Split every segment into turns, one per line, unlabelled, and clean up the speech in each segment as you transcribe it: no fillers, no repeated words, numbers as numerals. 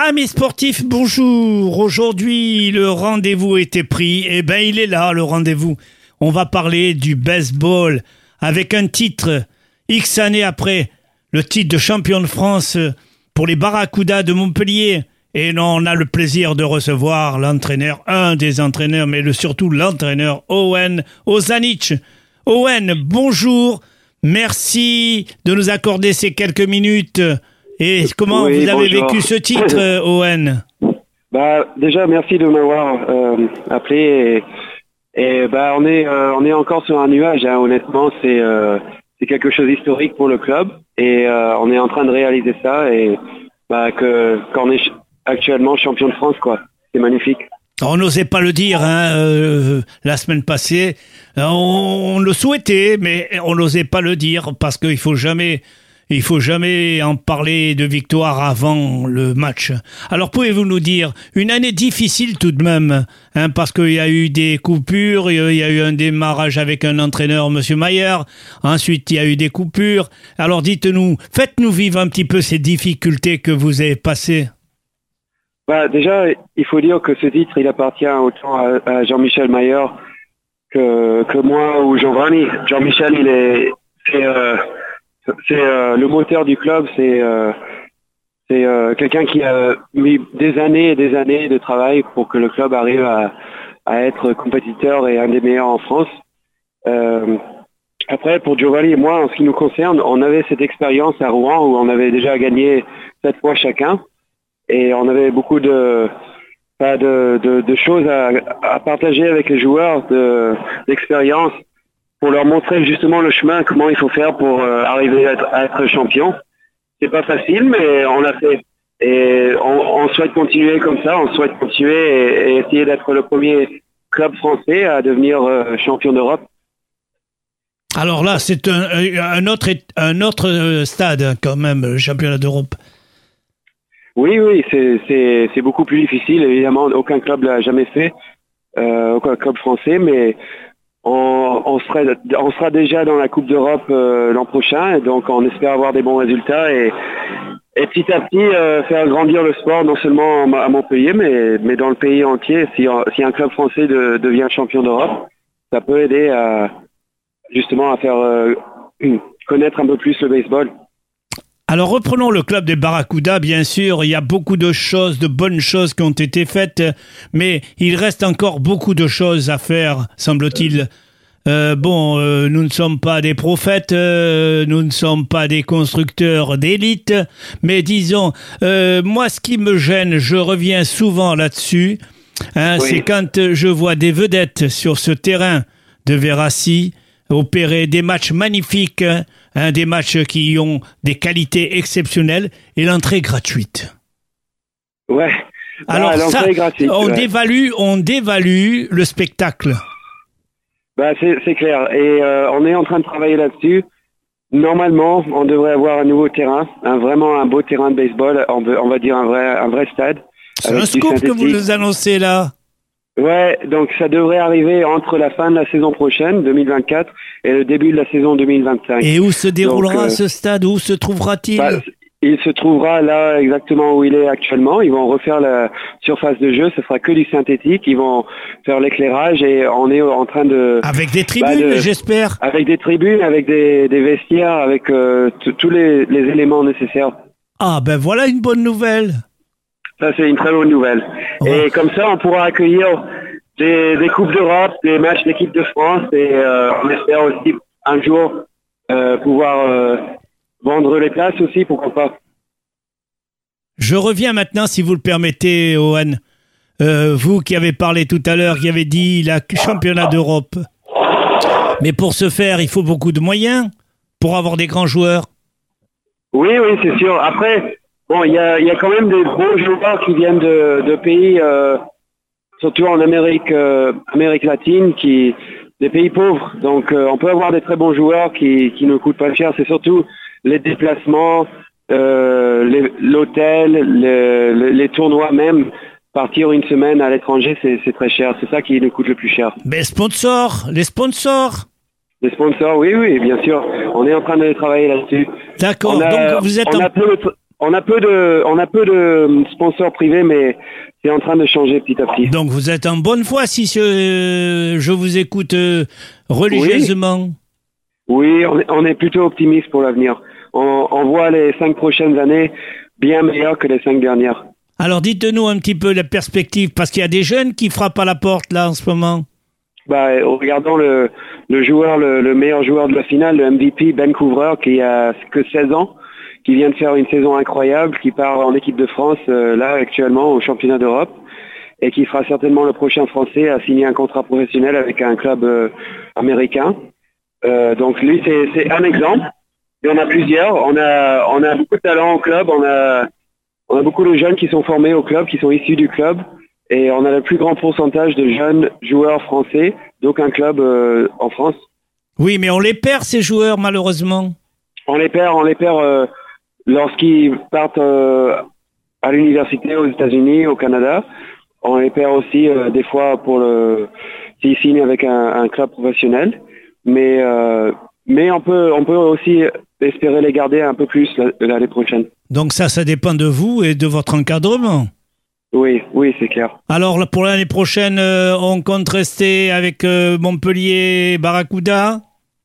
Amis sportifs, bonjour. Aujourd'hui, le rendez-vous était pris. Eh ben, il est là, le rendez-vous. On va parler du baseball avec un titre X années après, le titre de champion de France pour les Barracudas de Montpellier. Et non, on a le plaisir de recevoir l'entraîneur, un des entraîneurs, mais surtout l'entraîneur Owen Ozanic. Owen, bonjour. Merci de nous accorder ces quelques minutes. Et comment vous avez vécu ce titre, Owen?
Déjà, merci de m'avoir appelé. On est encore sur un nuage. Hein. Honnêtement, c'est quelque chose d'historique pour le club. Et on est en train de réaliser ça. Et qu'on est actuellement champion de France, quoi. C'est magnifique.
On n'osait pas le dire la semaine passée. On le souhaitait, mais on n'osait pas le dire parce qu'il faut jamais en parler de victoire avant le match. Alors pouvez-vous nous dire, une année difficile tout de même, parce qu'il y a eu des coupures, il y a eu un démarrage avec un entraîneur, Monsieur Mayer, ensuite il y a eu des coupures. Alors dites-nous, faites-nous vivre un petit peu ces difficultés que vous avez passées.
Déjà, il faut dire que ce titre, il appartient autant à Jean-Michel Mayer que moi ou Giovanni. Jean-Michel, c'est le moteur du club, c'est quelqu'un qui a mis des années et des années de travail pour que le club arrive à être compétiteur et un des meilleurs en France. Après, pour Giovanni et moi, en ce qui nous concerne, on avait cette expérience à Rouen où on avait déjà gagné 7 fois chacun et on avait beaucoup de choses à partager avec les joueurs, d'expérience, pour leur montrer justement le chemin, comment il faut faire pour arriver à être champion. C'est pas facile, mais on l'a fait. Et on souhaite continuer comme ça, on souhaite continuer et essayer d'être le premier club français à devenir champion d'Europe.
Alors là, c'est un autre stade quand même, le championnat d'Europe.
Oui, c'est beaucoup plus difficile. Évidemment, aucun club l'a jamais fait, aucun club français, mais on sera déjà dans la Coupe d'Europe l'an prochain, et donc on espère avoir des bons résultats et petit à petit faire grandir le sport, non seulement à Montpellier, mais dans le pays entier. Si un club français devient champion d'Europe, ça peut aider justement à faire connaître un peu plus le baseball.
Alors reprenons le club des Barracudas, bien sûr, il y a beaucoup de bonnes choses qui ont été faites, mais il reste encore beaucoup de choses à faire, semble-t-il. Nous ne sommes pas des prophètes, nous ne sommes pas des constructeurs d'élite, mais disons, moi ce qui me gêne, je reviens souvent là-dessus, oui. C'est quand je vois des vedettes sur ce terrain de Verassi opérer des matchs magnifiques, des matchs qui ont des qualités exceptionnelles et l'entrée gratuite.
Ouais.
Alors ça, gratuite, on dévalue le spectacle.
C'est clair. Et on est en train de travailler là-dessus. Normalement, on devrait avoir un nouveau terrain, vraiment un beau terrain de baseball. On va dire un vrai stade.
C'est un scoop que vous nous annoncez là.
Ouais, donc ça devrait arriver entre la fin de la saison prochaine, 2024, et le début de la saison 2025.
Et où se déroulera ce stade? Où se trouvera-t-il?
Il se trouvera là exactement où il est actuellement. Ils vont refaire la surface de jeu, ce sera que du synthétique. Ils vont faire l'éclairage et on est en train de...
Avec des tribunes, j'espère.
Avec des tribunes, avec des vestiaires, avec tous les éléments nécessaires.
Ah ben voilà une bonne nouvelle.
Ça, c'est une très bonne nouvelle. Ouais. Et comme ça, on pourra accueillir des Coupes d'Europe, des matchs d'équipe de France et on espère aussi un jour pouvoir vendre les places aussi, pourquoi pas.
Je reviens maintenant, si vous le permettez, Owen. Vous qui avez parlé tout à l'heure, qui avez dit la championnat d'Europe. Mais pour ce faire, il faut beaucoup de moyens pour avoir des grands joueurs.
Oui, c'est sûr. Après... Bon, il y a quand même des beaux joueurs qui viennent de pays, surtout en Amérique latine, des pays pauvres. Donc, on peut avoir des très bons joueurs qui ne coûtent pas cher. C'est surtout les déplacements, l'hôtel, les tournois même. Partir une semaine à l'étranger, c'est très cher. C'est ça qui nous coûte le plus cher.
Mais les sponsors. Les sponsors,
oui, bien sûr. On est en train de travailler là-dessus.
D'accord. Donc, vous êtes
On a peu de sponsors privés, mais c'est en train de changer petit à petit.
Donc vous êtes en bonne foi si je vous écoute religieusement.
Oui, on est plutôt optimiste pour l'avenir. On voit les 5 prochaines années bien meilleures que les 5 dernières.
Alors dites-nous un petit peu la perspective, parce qu'il y a des jeunes qui frappent à la porte là en ce moment.
Regardons le joueur, le meilleur joueur de la finale, le MVP, Ben Couvreur, qui a que 16 ans, qui vient de faire une saison incroyable, qui part en équipe de France, là, actuellement, au championnat d'Europe, et qui sera certainement le prochain Français à signer un contrat professionnel avec un club américain. Donc lui, c'est un exemple. Il y en a plusieurs. On a beaucoup de talent au club. On a beaucoup de jeunes qui sont formés au club, qui sont issus du club. Et on a le plus grand pourcentage de jeunes joueurs français d'aucun club en France.
Oui, mais on les perd, ces joueurs, malheureusement.
On les perd lorsqu'ils partent à l'université aux États-Unis, au Canada. On les perd aussi des fois s'ils signent avec un club professionnel. Mais on peut aussi espérer les garder un peu plus l'année prochaine.
Donc ça dépend de vous et de votre encadrement.
Oui, c'est clair.
Alors pour l'année prochaine, on compte rester avec Montpellier Barracuda?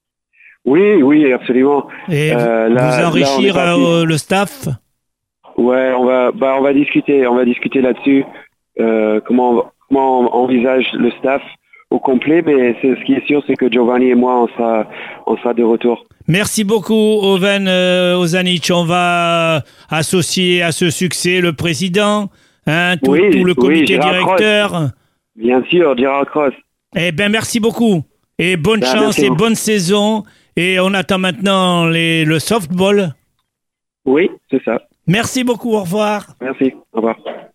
Oui, absolument.
Et vous enrichir le staff?
Ouais, on va discuter là-dessus. Comment on envisage le staff au complet, mais ce qui est sûr, c'est que Giovanni et moi, on sera de retour.
Merci beaucoup, Oven Ozanic. On va associer à ce succès le président, tout le comité directeur.
Cross. Bien sûr, Gérard Cross.
Eh bien, merci beaucoup. Et bonne chance et bonne saison. Et on attend maintenant le softball.
Oui, c'est ça.
Merci beaucoup, au revoir.
Merci, au revoir.